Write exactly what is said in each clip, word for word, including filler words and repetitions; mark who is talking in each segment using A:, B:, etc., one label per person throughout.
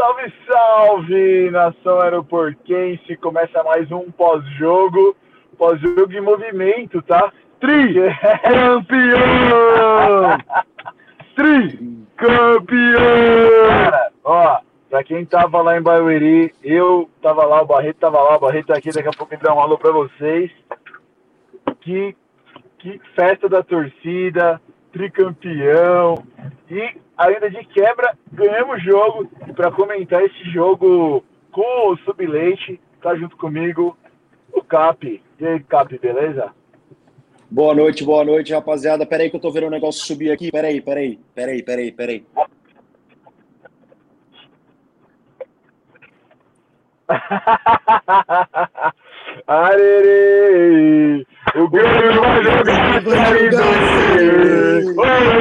A: Salve, salve, nação aeroportense. Começa mais um pós-jogo, pós-jogo em movimento, tá? Tricampeão! Tricampeão! Cara, ó, pra quem tava lá em Barueri, eu tava lá, o Barreto tava lá, o Barreto tá aqui, daqui a pouco ele dá um alô pra vocês. Que, que festa da torcida, tricampeão. E ainda de quebra, ganhamos o jogo. E para comentar esse jogo com o Subleite, tá junto comigo o Cap. E aí, Cap, beleza?
B: Boa noite, boa noite, rapaziada. Pera aí que eu tô vendo um negócio subir aqui. Pera aí, pera aí, pera aí, pera aí, pera aí.
A: Arerê! O Grêmio vai jogar Série dois!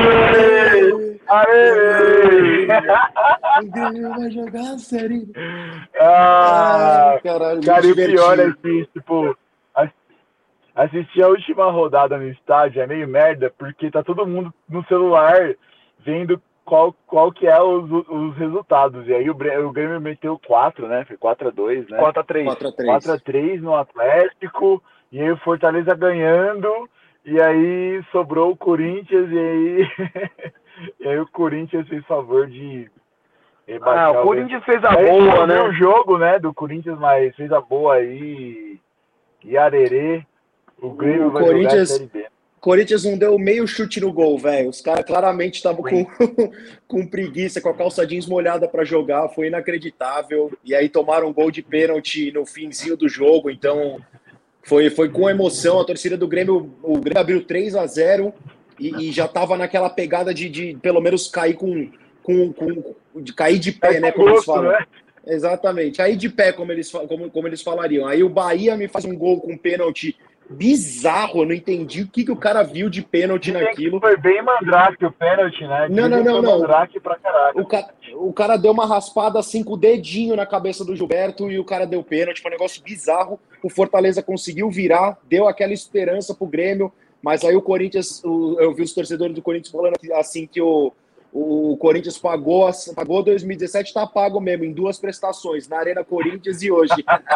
A: Arerê!
B: O Grêmio vai jogar Série dois!
A: Ah,
B: caralho,
A: cara, e o
B: divertido.
A: pior é que, tipo, assistir a última rodada no estádio é meio merda, porque tá todo mundo no celular vendo qual, qual que é os, os resultados. E aí o, o Grêmio meteu quatro, né? Foi quatro a dois, né?
C: quatro a três.
A: quatro a três no Atlético, e aí o Fortaleza ganhando, e aí sobrou o Corinthians, e aí, e aí o Corinthians fez favor de rebaixar.
C: Ah, o Corinthians fez a
A: aí,
C: boa, né?
A: o jogo, né, do Corinthians, mas fez a boa aí, e Arerê, o Grêmio
B: O
A: vai
B: Corinthians-
A: jogar a Série B.
B: Corinthians não deu meio chute no gol, velho. Os caras claramente estavam com, com preguiça, com a calça jeans molhada para jogar. Foi inacreditável. E aí tomaram um gol de pênalti no finzinho do jogo. Então foi, foi com emoção. A torcida do Grêmio, o Grêmio abriu três a zero e, e já estava naquela pegada de, de pelo menos cair com, com, com de cair de pé,
A: É
B: né?
A: com
B: Como eles
A: gosto,
B: falam.
A: né?
B: Exatamente, cair de pé, como eles, fa- como, como eles falariam. Aí o Bahia me faz um gol com pênalti bizarro, eu não entendi o que, que o cara viu de pênalti
A: Dizem que
B: naquilo.
A: foi bem mandrake o pênalti, né?
B: Não,
A: Dizem
B: não,
A: que
B: não,
A: foi
B: não.
A: mandrake pra caralho.
B: O cara, o cara deu uma raspada assim com o dedinho na cabeça do Gilberto e o cara deu pênalti, foi um negócio bizarro. O Fortaleza conseguiu virar, deu aquela esperança pro Grêmio, mas aí o Corinthians, o- eu vi os torcedores do Corinthians falando assim que o, o Corinthians pagou, as- pagou dois mil e dezessete, tá pago mesmo, em duas prestações, na Arena Corinthians e hoje.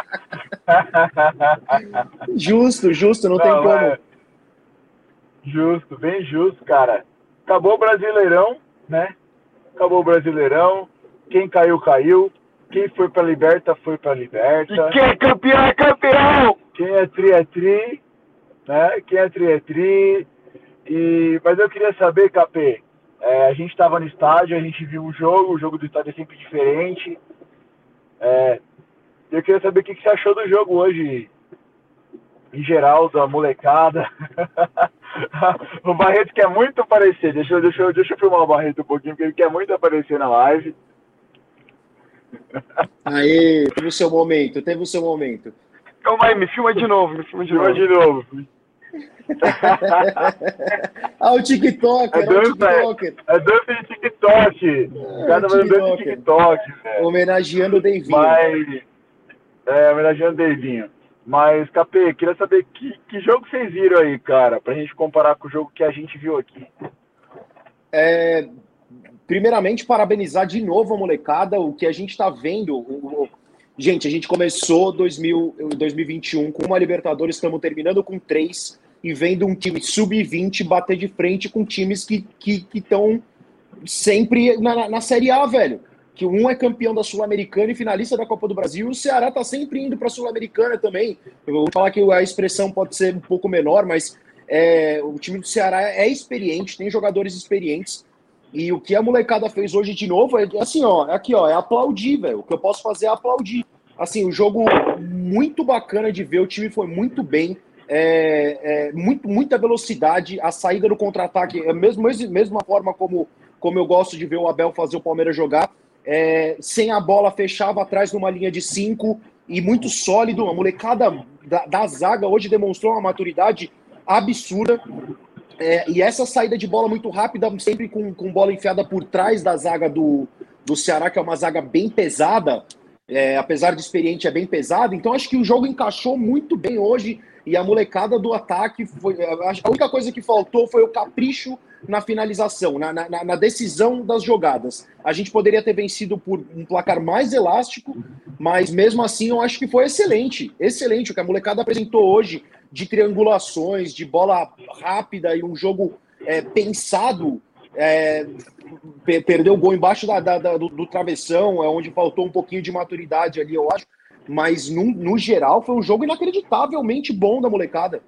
B: Justo, justo, não, tem como.
A: é. Justo, bem justo, cara. Acabou o Brasileirão, né? Acabou o Brasileirão. Quem caiu, caiu. Quem foi pra Liberta, foi pra Liberta.
C: E quem é campeão é campeão!
A: Quem é tri, é tri. Né? Quem é tri, é tri. E... Mas eu queria saber, Capê, é, a gente tava no estádio, a gente viu o jogo, o jogo do estádio é sempre diferente. É, eu queria saber o que que você achou do jogo hoje, em geral, da molecada. O Barreto quer muito aparecer. Deixa, eu- deixa, eu- deixa eu filmar o Barreto um pouquinho, porque ele quer muito aparecer na live.
B: Aí, teve o seu momento, teve o seu momento.
C: Calma aí, me filma de novo, me filma de
A: Filma
C: novo.
A: de novo.
B: Ah, o TikToker,
A: É
B: é o
A: dança,
B: TikToker.
A: é dança de TikTok. O cara tá fazendo dança de
B: TikToker.
A: TikTok, velho.
B: Homenageando o Davinho.
A: Mas. É, homenageando o Davinho. Mas, Capê, queria saber que, que jogo vocês viram aí, cara, pra gente comparar com o jogo que a gente viu aqui.
B: É, primeiramente, parabenizar de novo a molecada, o que a gente está vendo. o- o- gente, a gente começou dois mil, dois mil e vinte e um com uma Libertadores, estamos terminando com três e vendo um time sub vinte bater de frente com times que estão que, que estão sempre na, na- na Série A, velho. Que um é campeão da Sul-Americana e finalista da Copa do Brasil, e o Ceará tá sempre indo para a Sul-Americana também. Eu vou falar que a expressão pode ser um pouco menor, mas é, o time do Ceará é experiente, tem jogadores experientes. E o que a molecada fez hoje de novo é assim, ó, é aqui, ó, é aplaudir, velho. O que eu posso fazer é aplaudir. Assim, o jogo muito bacana de ver, o time foi muito bem, é, é, muito, muita velocidade, a saída do contra-ataque, é a mesma, mesma forma como, como eu gosto de ver o Abel fazer o Palmeiras jogar, é, sem a bola, fechava atrás numa linha de cinco e muito sólido. A molecada da, da zaga hoje demonstrou uma maturidade absurda. É, e essa saída de bola muito rápida, sempre com, com bola enfiada por trás da zaga do, do Ceará, que é uma zaga bem pesada, é, apesar de experiente, é bem pesada. Então acho que o jogo encaixou muito bem hoje e a molecada do ataque foi. A única coisa que faltou foi o capricho na finalização, na, na, na decisão das jogadas. A gente poderia ter vencido por um placar mais elástico, mas mesmo assim eu acho que foi excelente. Excelente o que a molecada apresentou hoje de triangulações, de bola rápida e um jogo é, pensado. É, perdeu o gol embaixo da, da, da, do, do travessão, é onde faltou um pouquinho de maturidade ali, eu acho. Mas no, no geral foi um jogo inacreditavelmente bom da molecada.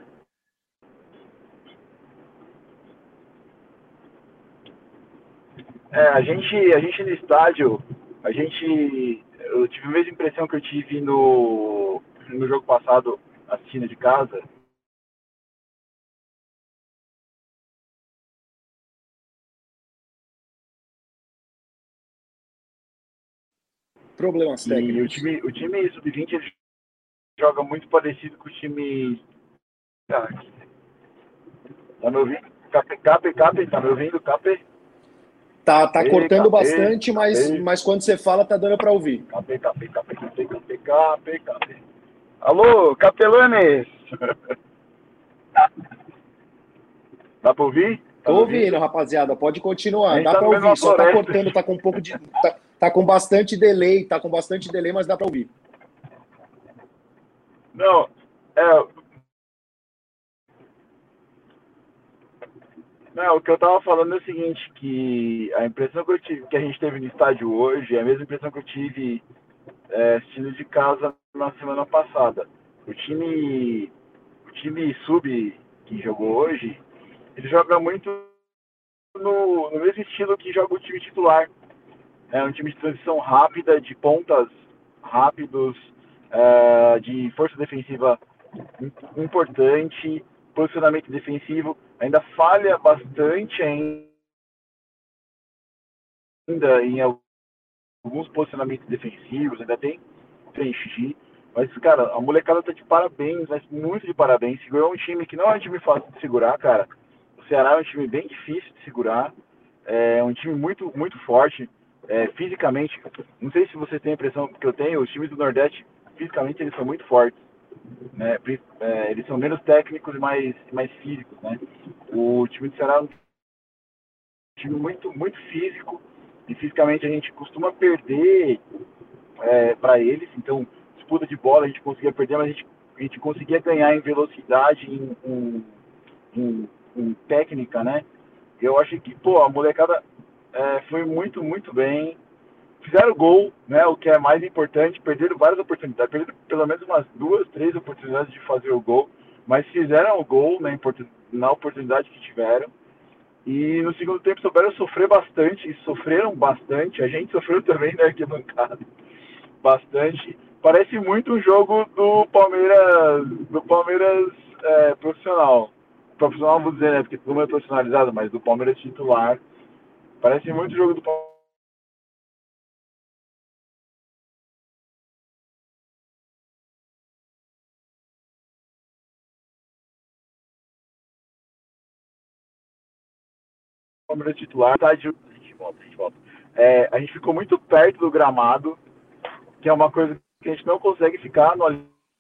A: É, a gente, a gente no estádio, a gente, eu tive a mesma impressão que eu tive no, no jogo passado, assistindo de casa.
B: Problemas técnicos.
A: E o time, o time sub vinte ele joga muito parecido com o time. Ah, tá me ouvindo? Cape, Cape, Cape, tá me ouvindo? Cape?
B: Tá, tá
A: Ei,
B: cortando
A: Cape,
B: bastante, mas,
A: Cape.
B: mas quando você fala, tá dando para ouvir.
A: Cape, Cape, Cape, Cape, Cape, Cape, Cape.
C: Alô, Capelanes!
A: Dá pra ouvir? Tá
B: Tô
A: me
B: ouvindo, rapaziada, pode continuar. Dá
A: tá
B: para
A: no meio de
B: ouvir,
A: uma
B: só tá
A: floresta.
B: cortando, tá com um pouco de. Tá, tá com bastante delay, tá com bastante delay, mas dá para ouvir.
A: Não, é. Não, o que eu tava falando é o seguinte, que a impressão que, eu tive, que a gente teve no estádio hoje é a mesma impressão que eu tive é, assistindo de casa na semana passada. O time, o time sub que jogou hoje, ele joga muito no, no mesmo estilo que joga o time titular. É um time de transição rápida, de pontas rápidos, é, de força defensiva importante, posicionamento defensivo, ainda falha bastante ainda em alguns posicionamentos defensivos, ainda tem preencher, mas, cara, a molecada tá de parabéns, mas muito de parabéns. Segurou um time que não é um time fácil de segurar, cara. O Ceará é um time bem difícil de segurar, é um time muito, muito forte, é, fisicamente. Não sei se você tem a impressão que eu tenho, os times do Nordeste, fisicamente, eles são muito fortes. Né? É, eles são menos técnicos e mais, mais físicos, né? O time do Ceará é um time muito, muito físico e fisicamente a gente costuma perder é, para eles. Então, disputa de bola a gente conseguia perder, mas a gente, a gente conseguia ganhar em velocidade, em, em, em, em técnica, né? Eu acho que, pô, a molecada é, foi muito, muito bem. Fizeram gol, né, o que é mais importante, perderam várias oportunidades, perderam pelo menos umas duas, três oportunidades de fazer o gol, mas fizeram o gol né, na oportunidade que tiveram. E no segundo tempo souberam sofrer bastante, e sofreram bastante, a gente sofreu também na arquibancada, bastante. Parece muito um jogo do Palmeiras, do Palmeiras é, profissional. Profissional, vou dizer, né, porque todo mundo é profissionalizado, mas do Palmeiras titular. Parece muito o jogo do Palmeiras. Palmeiras titular, tá de... a gente volta, a gente volta. É, a gente ficou muito perto do gramado, que é uma coisa que a gente não consegue ficar no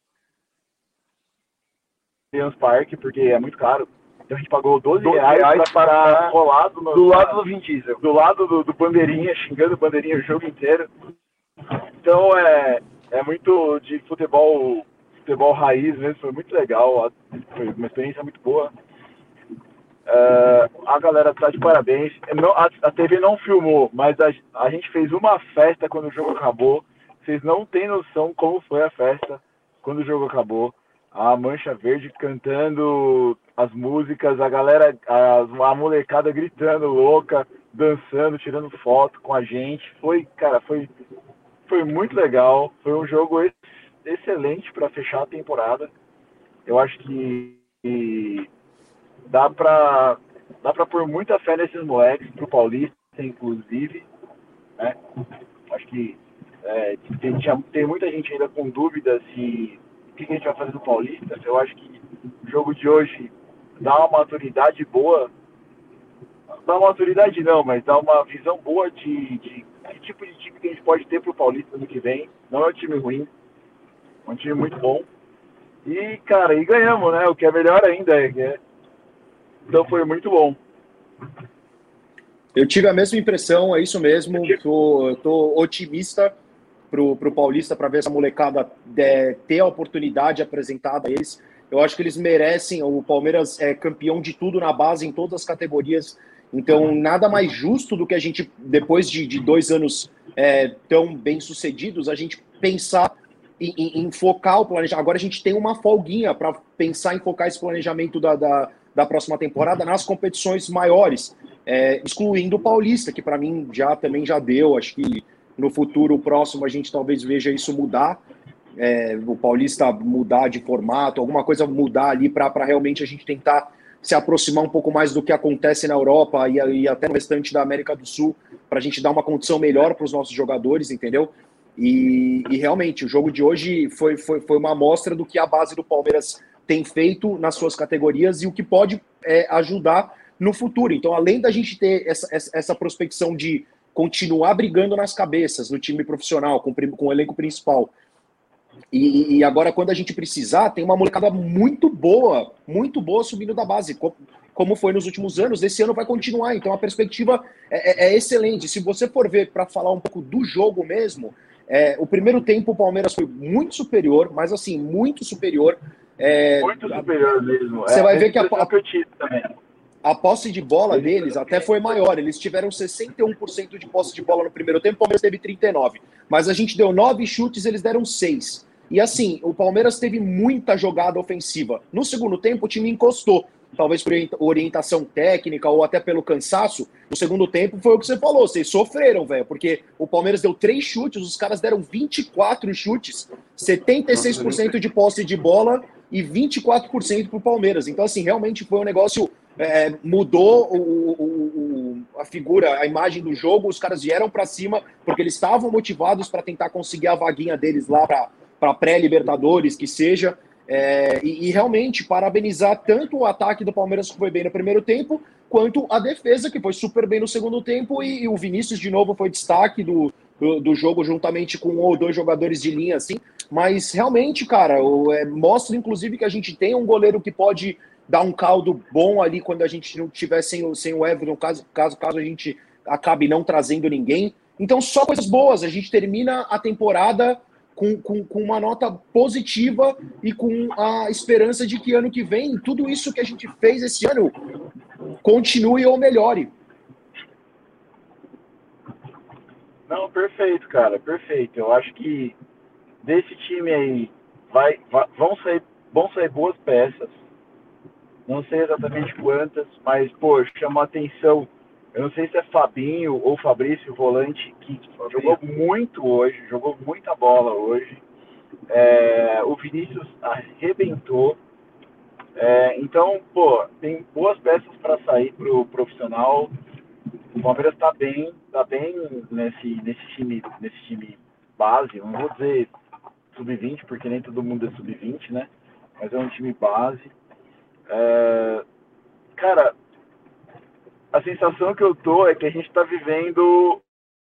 A: Allianz Parque, porque é muito caro. Então a gente pagou doze reais, reais para ficar colado no,
C: do lado do Vin Diesel.
A: Do lado do, do Bandeirinha, xingando o Bandeirinha o jogo inteiro. Então é, é muito de futebol, futebol raiz mesmo, foi muito legal, foi uma experiência muito boa. Uh, a galera tá de parabéns. Não, a, a T V não filmou, mas a, a gente fez uma festa quando o jogo acabou. Vocês não têm noção como foi a festa quando o jogo acabou. A Mancha Verde cantando as músicas, a galera, a, a molecada gritando louca, dançando, tirando foto com a gente. Foi, cara, foi, foi muito legal. Foi um jogo ex, excelente para fechar a temporada. Eu acho que, que dá pra, dá pra pôr muita fé nesses moleques, pro Paulista, inclusive, né? Acho que é, tem, tem muita gente ainda com dúvida se o que a gente vai fazer no Paulista. Eu acho que o jogo de hoje dá uma maturidade boa, dá uma maturidade não, mas dá uma visão boa de, de que tipo de time que a gente pode ter pro Paulista no que vem. Não é um time ruim, é um time muito bom. E, cara, e ganhamos, né? O que é melhor ainda, é, então foi muito bom.
B: Eu tive a mesma impressão, é isso mesmo. Tô, eu tô otimista pro, pro Paulista para ver essa molecada é, ter a oportunidade apresentada a eles. Eu acho que eles merecem. O Palmeiras é campeão de tudo na base, em todas as categorias. Então, nada mais justo do que a gente, depois de, de dois anos é, tão bem sucedidos, a gente pensar em, em, em focar o planejamento. Agora a gente tem uma folguinha para pensar em focar esse planejamento da, da, da próxima temporada nas competições maiores, é, excluindo o Paulista, que para mim já também já deu. Acho que no futuro próximo a gente talvez veja isso mudar. É, o Paulista mudar de formato, alguma coisa mudar ali para realmente a gente tentar se aproximar um pouco mais do que acontece na Europa e, e até no restante da América do Sul, para a gente dar uma condição melhor para os nossos jogadores, entendeu? E, e realmente, o jogo de hoje foi, foi, foi uma amostra do que a base do Palmeiras tem feito nas suas categorias e o que pode é, ajudar no futuro. Então, além da gente ter essa, essa prospecção de continuar brigando nas cabeças no time profissional, com, com o elenco principal, E, e agora, quando a gente precisar, tem uma molecada muito boa, muito boa subindo da base, como foi nos últimos anos. Esse ano vai continuar, então a perspectiva é, é, é excelente. Se você for ver, para falar um pouco do jogo mesmo, é, o primeiro tempo o Palmeiras foi muito superior, mas assim, muito superior. É,
A: muito superior mesmo.
B: Você
A: é,
B: vai ver que a, a,
A: que eu tive também.
B: a posse de bola deles até foi maior. Eles tiveram sessenta e um por cento de posse de bola no primeiro tempo, o Palmeiras teve trinta e nove por cento. Mas a gente deu nove chutes, eles deram seis. E assim, o Palmeiras teve muita jogada ofensiva. No segundo tempo, o time encostou. Talvez por orientação técnica ou até pelo cansaço. No segundo tempo, foi o que você falou. Vocês sofreram, velho. Porque o Palmeiras deu três chutes, os caras deram vinte e quatro chutes, setenta e seis por cento de posse de bola e vinte e quatro por cento para o Palmeiras. Então, assim, realmente foi um negócio... É, mudou o, o, o, a figura, a imagem do jogo. Os caras vieram para cima porque eles estavam motivados para tentar conseguir a vaguinha deles lá para para pré-Libertadores, que seja, é, e, e realmente parabenizar tanto o ataque do Palmeiras, que foi bem no primeiro tempo, quanto a defesa, que foi super bem no segundo tempo, e, e o Vinícius, de novo, foi destaque do, do, do jogo, juntamente com um ou dois jogadores de linha, assim, mas realmente, cara, o, é, mostra, inclusive, que a gente tem um goleiro que pode dar um caldo bom ali, quando a gente não tiver sem o, sem o Everton, caso, caso, caso a gente acabe não trazendo ninguém. Então, só coisas boas, a gente termina a temporada Com, com, com uma nota positiva e com a esperança de que ano que vem, tudo isso que a gente fez esse ano continue ou melhore.
A: Não, perfeito, cara, perfeito. Eu acho que desse time aí vai, vai, vão, sair, vão sair boas peças. Não sei exatamente quantas, mas, pô, chamou a atenção. Eu não sei se é Fabinho ou Fabrício, volante, que jogou muito hoje, jogou muita bola hoje. É, o Vinícius arrebentou. É, então, pô, tem boas peças para sair pro profissional. O Palmeiras tá bem, tá bem nesse, nesse, time, nesse time base. Não vou dizer sub vinte, porque nem todo mundo é sub vinte, né? Mas é um time base. É, cara, a sensação que eu tô é que a gente tá vivendo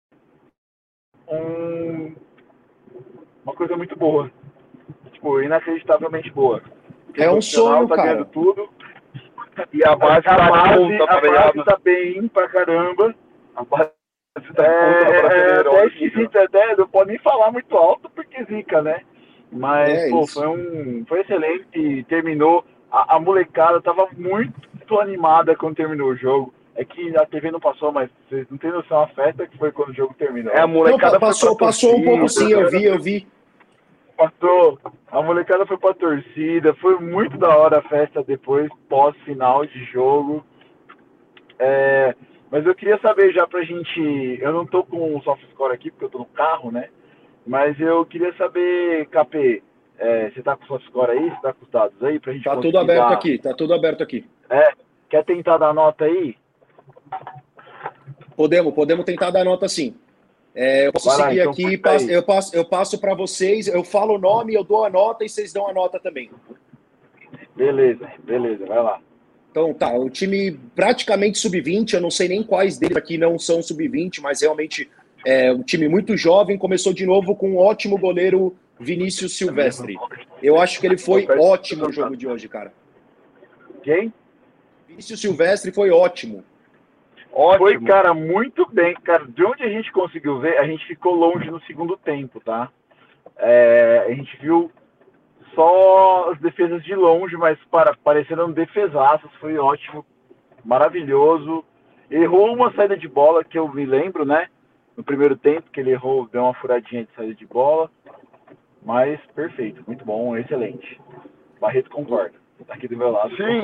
A: um, uma coisa muito boa. Tipo, inacreditavelmente boa. Porque
B: é um sonho,
A: tá
B: cara.
A: Ganhando tudo. E a base, a base, a base tá bem pra caramba. A base tá é, é, até esquisito, até não pode nem falar muito alto porque zica, né? Mas, é pô, foi, um, foi excelente. Terminou. A, a molecada tava muito animada quando terminou o jogo. É que a T V não passou, mas vocês não tem noção a festa que foi quando o jogo terminou.
B: É, a molecada não, passou, foi passou torcida, um pouco sim, eu vi, eu vi.
A: Passou, a molecada foi pra torcida, foi muito da hora a festa depois, pós-final de jogo. É, mas eu queria saber já pra gente, eu não tô com o soft score aqui, porque eu tô no carro, né? Mas eu queria saber, Capê, é, você tá com o soft score aí? Você tá com os dados aí pra gente
B: Tá tudo aberto
A: dar...
B: aqui, tá tudo aberto aqui.
A: É, quer tentar dar nota aí?
B: Podemos, podemos tentar dar nota sim. É, eu posso Vai seguir lá, então aqui, passo, eu passo, eu passo para vocês, eu falo o nome, eu dou a nota e vocês dão a nota também.
A: Beleza, beleza, vai lá.
B: Então tá, o time praticamente sub vinte, eu não sei nem quais deles aqui não são sub vinte, mas realmente é um time muito jovem, começou de novo com um ótimo goleiro Vinícius Silvestre. Eu acho que ele foi ótimo no jogo de hoje, cara.
A: Quem?
B: Vinícius Silvestre foi ótimo.
C: Ótimo.
A: Foi, cara, muito bem. Cara, de onde a gente conseguiu ver, a gente ficou longe no segundo tempo, tá? É, a gente viu só as defesas de longe, mas para, pareceram defesaças. Foi ótimo, maravilhoso. Errou uma saída de bola que eu me lembro, né? No primeiro tempo, que ele errou, deu uma furadinha de saída de bola. Mas perfeito, muito bom, excelente. Barreto concorda. Tá aqui do meu lado.
C: Sim.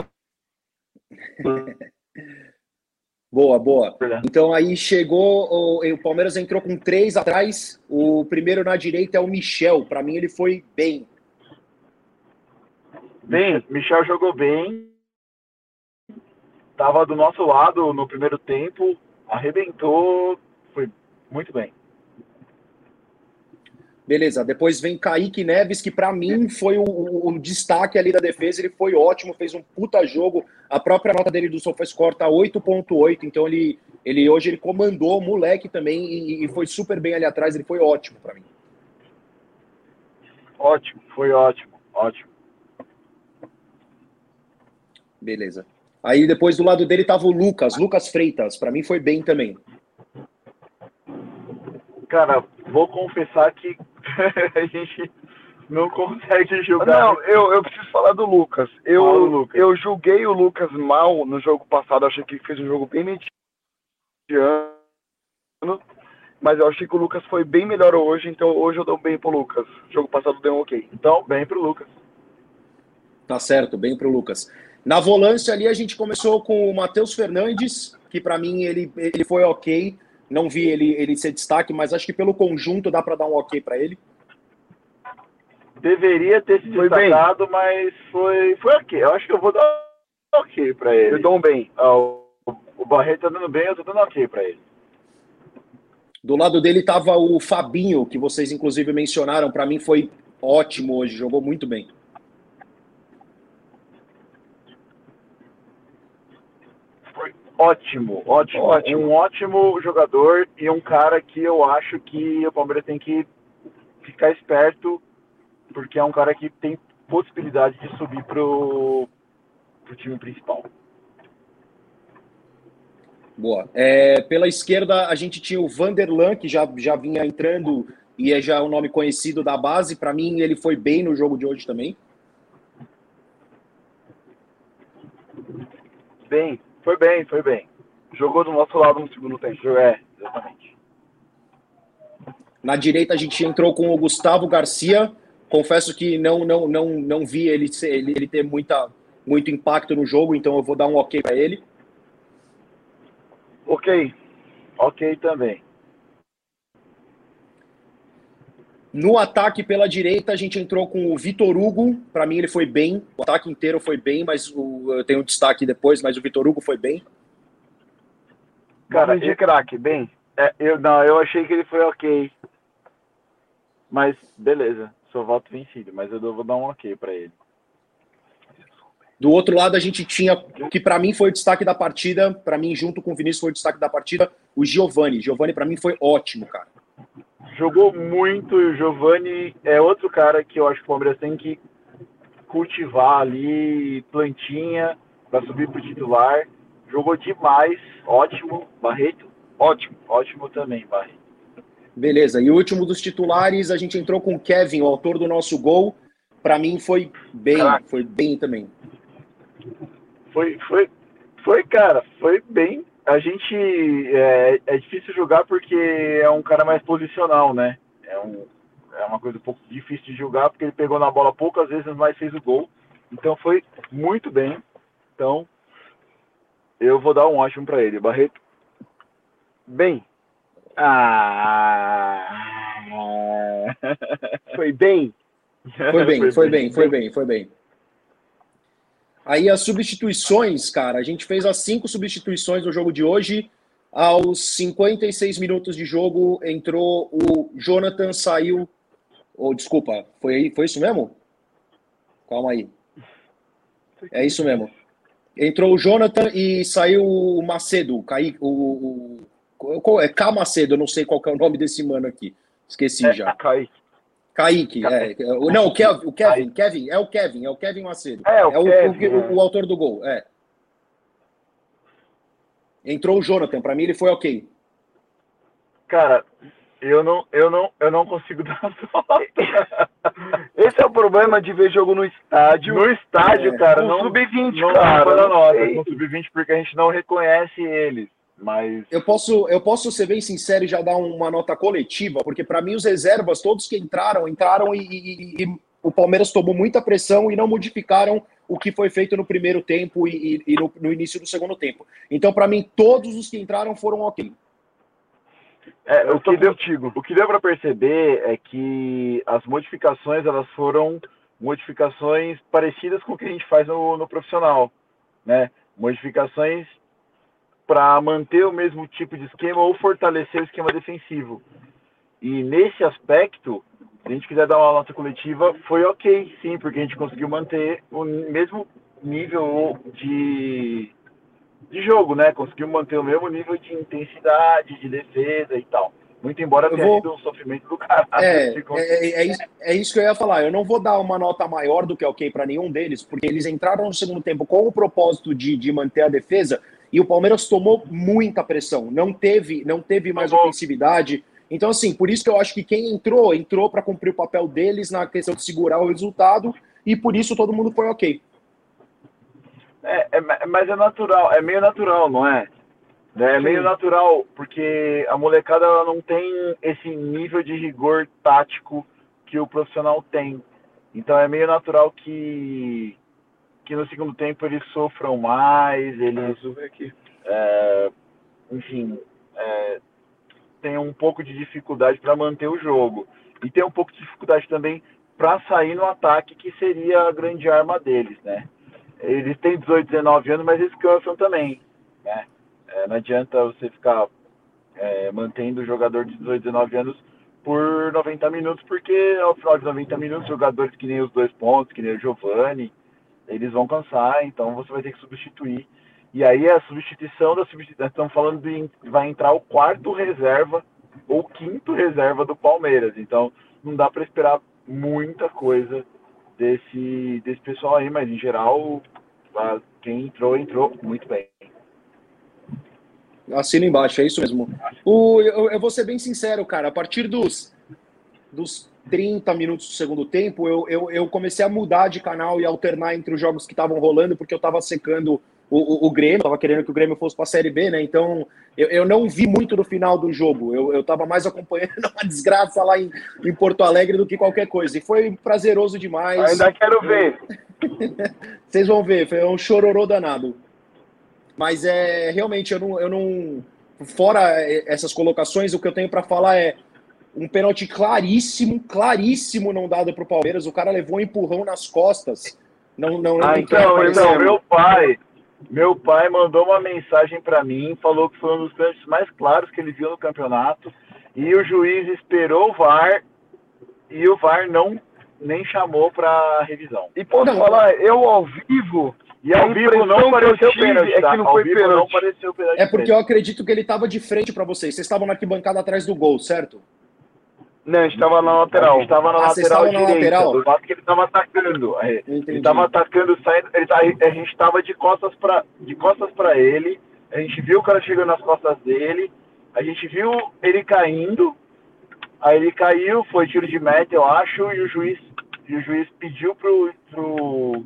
B: Boa, boa. Então aí chegou, o, o Palmeiras entrou com três atrás. O primeiro na direita é o Michel. Para mim ele foi bem.
A: Bem, Michel jogou bem. Tava do nosso lado no primeiro tempo, arrebentou, foi muito bem.
B: Beleza, depois vem Kaique Neves, que para mim foi o, o, o destaque ali da defesa, ele foi ótimo, fez um puta jogo, a própria nota dele do SofaScore tá oito ponto oito, então ele, ele hoje ele comandou o moleque também e, e foi super bem ali atrás, ele foi ótimo para mim.
A: Ótimo, foi ótimo, ótimo.
B: Beleza. Aí depois do lado dele tava o Lucas, Lucas Freitas, para mim foi bem também.
A: Cara, vou confessar que a gente não consegue julgar.
C: Não, eu, eu preciso falar do Lucas. Eu,
A: Fala, Lucas.
C: eu julguei o Lucas mal no jogo passado, achei que ele fez um jogo bem mediano, mas eu achei que o Lucas foi bem melhor hoje, então hoje eu dou bem pro Lucas. O jogo passado deu um ok.
A: Então, bem pro Lucas.
B: Tá certo, bem pro Lucas. Na volância ali a gente começou com o Matheus Fernandes, que para mim ele, ele foi ok. Não vi ele, ele ser destaque, mas acho que pelo conjunto dá para dar um ok para ele.
A: Deveria ter se
C: Foi
A: destacado,
C: bem.
A: mas foi, foi ok. Eu acho que eu vou dar um ok pra ele.
C: Eu dou um bem.
A: Ah, o, o Barreto tá dando bem, eu tô dando ok pra ele.
B: Do lado dele tava o Fabinho, que vocês inclusive mencionaram. Para mim foi ótimo hoje, jogou muito bem.
A: Ótimo, ótimo,
C: Ótimo.
A: Um ótimo jogador e um cara que eu acho que o Palmeiras tem que ficar esperto, porque é um cara que tem possibilidade de subir pro, pro time principal.
B: Boa. É, pela esquerda a gente tinha o Vanderlan, que já, já vinha entrando e é já um nome conhecido da base. Para mim ele foi bem no jogo de hoje também.
A: Bem, foi bem, foi bem.
C: Jogou do nosso lado no segundo tempo.
A: É, exatamente.
B: Na direita a gente entrou com o Gustavo Garcia. Confesso que não não não não vi ele ser, ele, ele ter muita, muito impacto no jogo, então eu vou dar um ok para ele.
A: Ok, ok também.
B: No ataque pela direita a gente entrou com o Vitor Hugo. Para mim ele foi bem. O ataque inteiro foi bem, mas o, eu tenho um destaque depois, mas o Vitor Hugo foi bem.
A: Cara,
C: de
A: eu,
C: craque, bem.
A: é, eu não, eu achei que ele foi ok. Mas beleza, sou voto vencido, mas eu vou dar um ok pra ele.
B: Do outro lado a gente tinha, que para mim foi o destaque da partida, para mim junto com o Vinícius foi o destaque da partida, o Giovani. Giovani para mim foi ótimo, cara.
A: Jogou muito e o Giovani é outro cara que eu acho que o Palmeiras tem que cultivar ali, plantinha, para subir pro titular. Jogou demais, ótimo. Barreto, ótimo, ótimo também, Barreto.
B: Beleza, e o último dos titulares, a gente entrou com o Kevin, o autor do nosso gol. Para mim foi bem,
C: Caraca.
B: foi bem também.
A: Foi, foi, foi, cara, foi bem. A gente é, é difícil julgar porque é um cara mais posicional, né? É, um, é uma coisa um pouco difícil de julgar porque ele pegou na bola poucas vezes, mas fez o gol. Então foi muito bem. Então eu vou dar um ótimo para ele, Barreto.
C: Bem.
A: Ah,
C: Foi bem.
B: Foi bem, foi bem, foi bem, foi bem. Aí as substituições, cara, a gente fez as cinco substituições no jogo de hoje. Aos cinquenta e seis minutos de jogo, entrou o Jonathan, saiu... Oh, desculpa, foi, foi isso mesmo? Calma aí. É isso mesmo. Entrou o Jonathan e saiu o Macedo, Caí, o, o, é K Macedo, eu não sei qual que é o nome desse mano aqui. Esqueci
A: é,
B: já.
A: Kaique.
B: Kaique, é. Não, o Kevin, o Kevin, Kevin, é o Kevin, é o Kevin Macedo.
C: É, o
B: é o,
C: Kevin,
B: o, o, o autor do gol, é. Entrou o Jonathan, para mim ele foi ok.
A: Cara, eu não, eu não, eu não consigo dar nota. Esse é o problema de ver jogo no estádio. No estádio, é, cara, não sub vinte, cara. Não dá nota com sub vinte porque a gente não reconhece eles. Mas
B: eu posso, eu posso ser bem sincero e já dar uma nota coletiva, porque para mim os reservas, todos que entraram, entraram e, e, e o Palmeiras tomou muita pressão e não modificaram o que foi feito no primeiro tempo e, e no, no início do segundo tempo. Então, para mim, todos os que entraram foram ok.
A: É, o, que deu, o que deu para perceber é que as modificações elas foram modificações parecidas com o que a gente faz no, no profissional, né? Modificações para manter o mesmo tipo de esquema ou fortalecer o esquema defensivo. E nesse aspecto, se a gente quiser dar uma nota coletiva, foi ok, sim, porque a gente conseguiu manter o mesmo nível de, de jogo, né? Conseguiu manter o mesmo nível de intensidade, de defesa e tal. Muito embora tenha
B: vou...
A: sido um sofrimento do caralho.
B: É, é, é, isso, é isso que eu ia falar. Eu não vou dar uma nota maior do que ok para nenhum deles, porque eles entraram no segundo tempo com o propósito de, de manter a defesa e o Palmeiras tomou muita pressão. Não teve, não teve mais tá ofensividade. Então, assim, por isso que eu acho que quem entrou, entrou para cumprir o papel deles na questão de segurar o resultado e por isso todo mundo foi ok.
A: É, é, mas é natural, é meio natural, não é? É meio natural, porque a molecada ela não tem esse nível de rigor tático que o profissional tem. Então é meio natural que, que no segundo tempo eles sofram mais, eles, é, enfim, é, tenham um pouco de dificuldade para manter o jogo. E tem um pouco de dificuldade também para sair no ataque, que seria a grande arma deles, né? Eles têm dezoito, dezenove anos, mas eles cansam também, né? É, não adianta você ficar é, mantendo o jogador de dezoito, dezenove anos por noventa minutos, porque ao final de noventa minutos, jogadores que nem os dois pontos, que nem o Giovani, eles vão cansar, então você vai ter que substituir. E aí a substituição da substituição, estamos falando de vai entrar o quarto reserva ou quinto reserva do Palmeiras, então não dá para esperar muita coisa desse, desse pessoal aí, mas em geral quem entrou, entrou muito bem.
B: Assina embaixo, é isso mesmo. O, eu, eu vou ser bem sincero, cara, a partir dos, dos trinta minutos do segundo tempo, eu, eu, eu comecei a mudar de canal e alternar entre os jogos que estavam rolando, porque eu estava secando o, o, o Grêmio, estava querendo que o Grêmio fosse para a Série B, né? Então eu, eu não vi muito do final do jogo, eu estava mais acompanhando uma desgraça lá em, em Porto Alegre do que qualquer coisa, e foi prazeroso demais.
A: Ainda quero ver.
B: Vocês vão ver, foi um chororô danado. Mas é realmente, eu não, eu não. Fora essas colocações, o que eu tenho para falar é um pênalti claríssimo, claríssimo não dado para o Palmeiras. O cara levou um empurrão nas costas. Não, não,
A: ah,
B: não
A: então, então, meu pai, meu pai mandou uma mensagem para mim, falou que foi um dos pênaltis mais claros que ele viu no campeonato. E o juiz esperou o V A R e o V A R não nem chamou para revisão. E posso não, falar, eu ao vivo. E ao vivo não pareceu pênalti, é que não foi pênalti. Não pareceu pênalti.
B: É porque eu acredito que ele estava de frente para vocês. Vocês estavam na arquibancada atrás do gol, certo?
A: Não, a gente estava na lateral. A gente estava na
B: ah,
A: lateral direita.
B: Na lateral?
A: Do lado que ele estava atacando. Ele estava atacando, saindo. Ele, a gente estava de costas para de costas para ele. A gente viu o cara chegando nas costas dele. A gente viu ele caindo. Aí ele caiu, foi tiro de meta, eu acho, e o juiz, e o juiz pediu pro, pro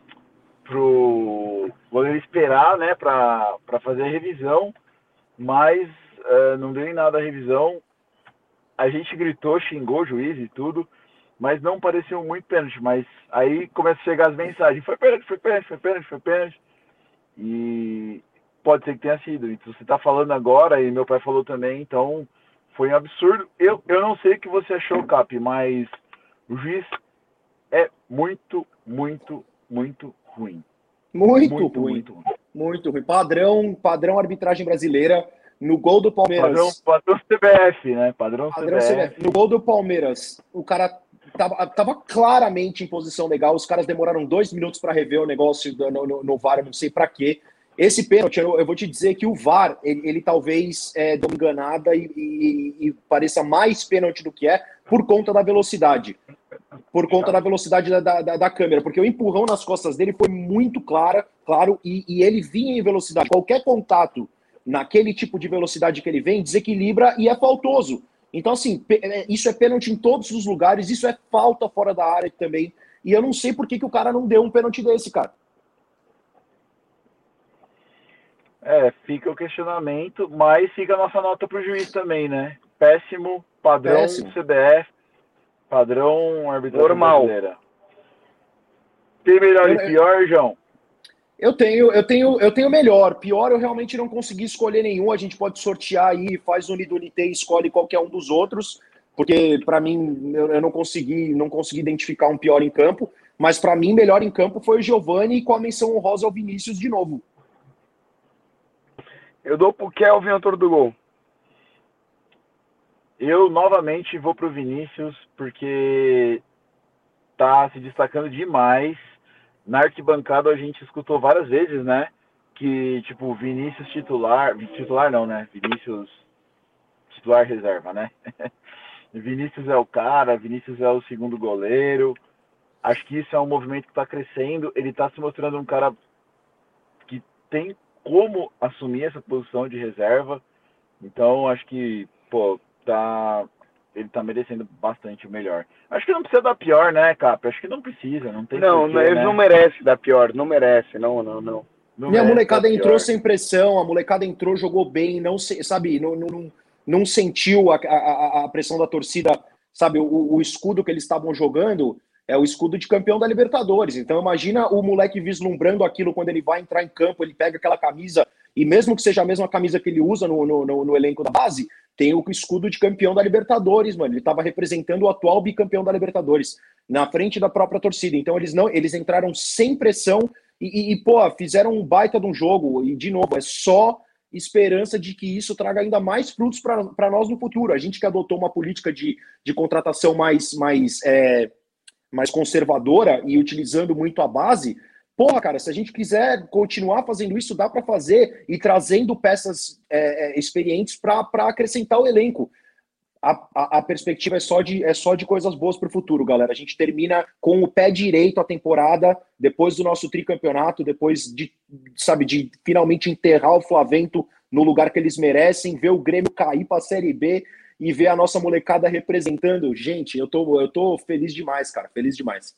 A: pro goleiro esperar, né, para fazer a revisão, mas uh, não deu em nada a revisão. A gente gritou, xingou o juiz e tudo, mas não pareceu muito pênalti. Mas aí começa a chegar as mensagens: foi pênalti, foi pênalti, foi pênalti, foi pênalti. E pode ser que tenha sido. E você está falando agora, e meu pai falou também, então foi um absurdo. Eu, eu não sei o que você achou, Cap, mas o juiz é muito, muito, muito ruim.
B: Muito, muito ruim. Muito ruim. Muito ruim. Padrão, padrão arbitragem brasileira. No gol do Palmeiras.
A: Padrão, padrão C B F, né? Padrão, padrão C B F. C B F.
B: No gol do Palmeiras, o cara tava, tava claramente em posição legal. Os caras demoraram dois minutos para rever o negócio no, no, no V A R, eu não sei para quê. Esse pênalti, eu, eu vou te dizer que o V A R, ele, ele talvez é, dê uma enganada e, e, e pareça mais pênalti do que é, por conta da velocidade. Por conta da velocidade da, da, da câmera, porque o empurrão nas costas dele foi muito clara, claro, e, e ele vinha em velocidade. Qualquer contato naquele tipo de velocidade que ele vem, desequilibra e é faltoso. Então, assim, isso é pênalti em todos os lugares, isso é falta fora da área também. E eu não sei por que, que o cara não deu um pênalti desse, cara.
A: É, fica o questionamento, mas fica a nossa nota pro juiz também, né? Péssimo, padrão
B: Péssimo.
A: C B F, padrão arbitragem
C: Normal.
A: brasileira. Tem melhor
B: Eu-
A: e pior, João?
B: Eu tenho, eu tenho, eu tenho melhor. Pior, eu realmente não consegui escolher nenhum. A gente pode sortear aí, faz unidunité e escolhe qualquer um dos outros, porque para mim eu, eu não consegui, não consegui identificar um pior em campo. Mas para mim, melhor em campo foi o Giovani, com a menção honrosa ao Vinícius de novo.
C: Eu dou pro Kelvin, autor do gol.
A: Eu novamente vou pro Vinícius, porque tá se destacando demais. Na arquibancada a gente escutou várias vezes, né? Que, tipo, Vinícius titular. Titular não, né? Vinícius titular reserva, né? Vinícius é o cara, Vinícius é o segundo goleiro. Acho que isso é um movimento que está crescendo. Ele está se mostrando um cara que tem como assumir essa posição de reserva. Então, acho que, pô, tá, ele tá merecendo bastante o melhor. Acho que não precisa dar pior, né, Cap? Acho que não precisa, não tem
C: Não,
A: porquê,
C: ele
A: né?
C: não merece dar pior, não merece, não, não, não.
A: Não
B: E a
A: merece
B: molecada
A: dar
B: entrou
A: pior.
B: sem pressão, a molecada entrou, jogou bem, não se- sabe, não, não, não sentiu a, a, a pressão da torcida, sabe, o, o escudo que eles estavam jogando é o escudo de campeão da Libertadores. Então imagina o moleque vislumbrando aquilo quando ele vai entrar em campo, ele pega aquela camisa, e mesmo que seja a mesma camisa que ele usa no, no, no, no elenco da base, tem o escudo de campeão da Libertadores, mano. Ele estava representando o atual bicampeão da Libertadores, na frente da própria torcida. Então eles não, eles entraram sem pressão e, e, e, pô, fizeram um baita de um jogo. E, de novo, é só esperança de que isso traga ainda mais frutos para nós no futuro. A gente que adotou uma política de, de contratação mais, mais, é, mais conservadora e utilizando muito a base, porra, cara, se a gente quiser continuar fazendo isso, dá para fazer e trazendo peças é, é, experientes para acrescentar o elenco. A, a, a perspectiva é só de, é só de coisas boas para o futuro, galera. A gente termina com o pé direito a temporada, depois do nosso tricampeonato, depois de, sabe, de finalmente enterrar o Flavento no lugar que eles merecem, ver o Grêmio cair para a Série B e ver a nossa molecada representando. Gente, eu tô, eu tô feliz demais, cara. Feliz demais.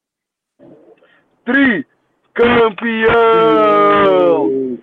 C: Tricampeão!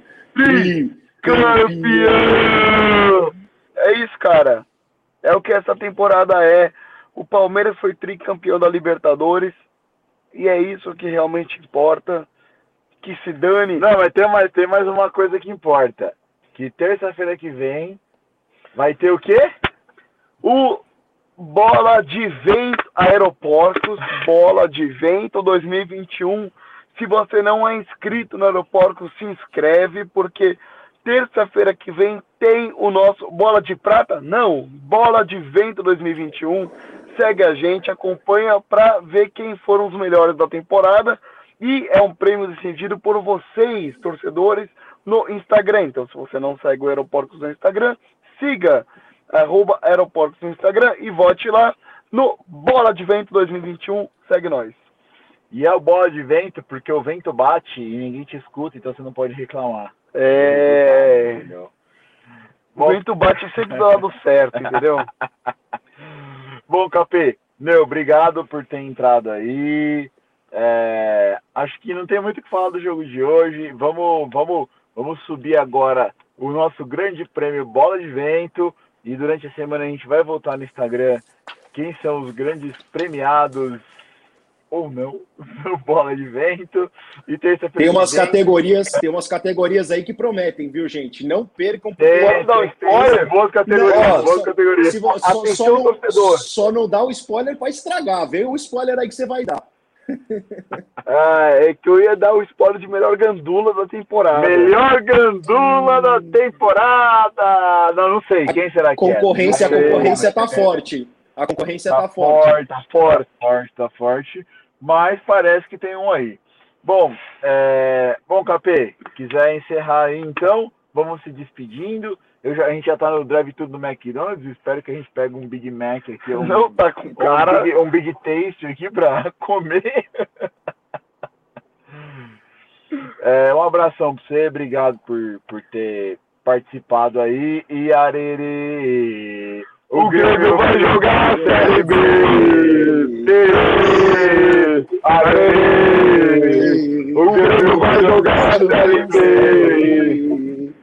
C: Tricampeão! É isso, cara. É o que essa temporada é. O Palmeiras foi tricampeão da Libertadores. E é isso que realmente importa. Que se dane.
A: Não, mas tem mais, tem mais uma coisa que importa. Que terça-feira que vem vai ter o quê?
C: O Bola de Vento Aeroportos. Bola de Vento dois mil e vinte e um. Se você não é inscrito no Aeroportos, se inscreve, porque terça-feira que vem tem o nosso Bola de Prata? Não, Bola de Vento dois mil e vinte e um. Segue a gente, acompanha para ver quem foram os melhores da temporada. E é um prêmio decidido por vocês, torcedores, no Instagram. Então, se você não segue o Aeroportos no Instagram, siga arroba Aeroportos no Instagram e vote lá no Bola de Vento dois mil e vinte e um. Segue nós.
A: E é o bola de vento, porque o vento bate e ninguém te escuta, então você não pode reclamar.
C: É...
A: Entendeu?
C: O vento bate sempre do lado certo, entendeu?
A: Bom, Capê, meu, obrigado por ter entrado aí. É, acho que não tem muito o que falar do jogo de hoje. Vamos, vamos, vamos subir agora o nosso grande prêmio Bola de Vento. E durante a semana a gente vai voltar no Instagram quem são os grandes premiados ou não no Bola de Vento. E terça-feira
B: Tem umas
A: que vem,
B: categorias, tem umas categorias aí que prometem, viu, gente? Não percam.
A: Tem,
C: Posso dar um
A: tem,
C: spoiler?
A: tem boas categorias,
B: Não, ó,
A: boas
B: só-
A: categorias.
B: se vo- só,
C: Atenção,
B: só não,
C: torcedor.
B: só não dá o spoiler para estragar. Vê o spoiler aí que você vai dar.
C: Ah, é que eu ia dar o spoiler de melhor gandula da temporada.
A: Melhor gandula da temporada! Não, não sei. Quem será que
B: Concorrência,
A: é?
B: a
A: Não sei.
B: concorrência tá forte. A concorrência tá,
A: Tá
B: forte.
A: forte, tá forte, forte, tá forte. Mas parece que tem um aí. Bom, é... Bom, Capê, quiser encerrar aí então, vamos se despedindo. Eu já, a gente já tá no drive-thru do McDonald's, espero que a gente pegue um Big Mac aqui. Um,
C: Não tá com
A: um
C: cara.
A: Big, um Big Taste aqui pra comer. É, um abração pra você, obrigado por, por ter participado aí. E arerê!
C: O Grêmio vai jogar a Série B! Arerê! O Grêmio vai jogar a Série B!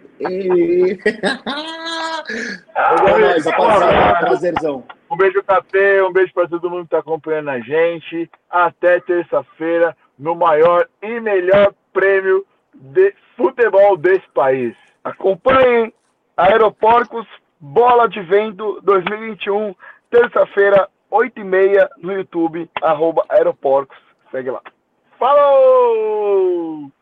B: É nóis, rapaziada. Prazerzão.
A: Um beijo, K P, um beijo para todo mundo que está acompanhando a gente. Até terça-feira, no maior e melhor prêmio de futebol desse país.
C: Acompanhem Aeroporcos Bola de Vento dois mil e vinte e um, terça-feira, oito e meia, no YouTube, arroba Aeroporcos. Segue lá.
A: Falou!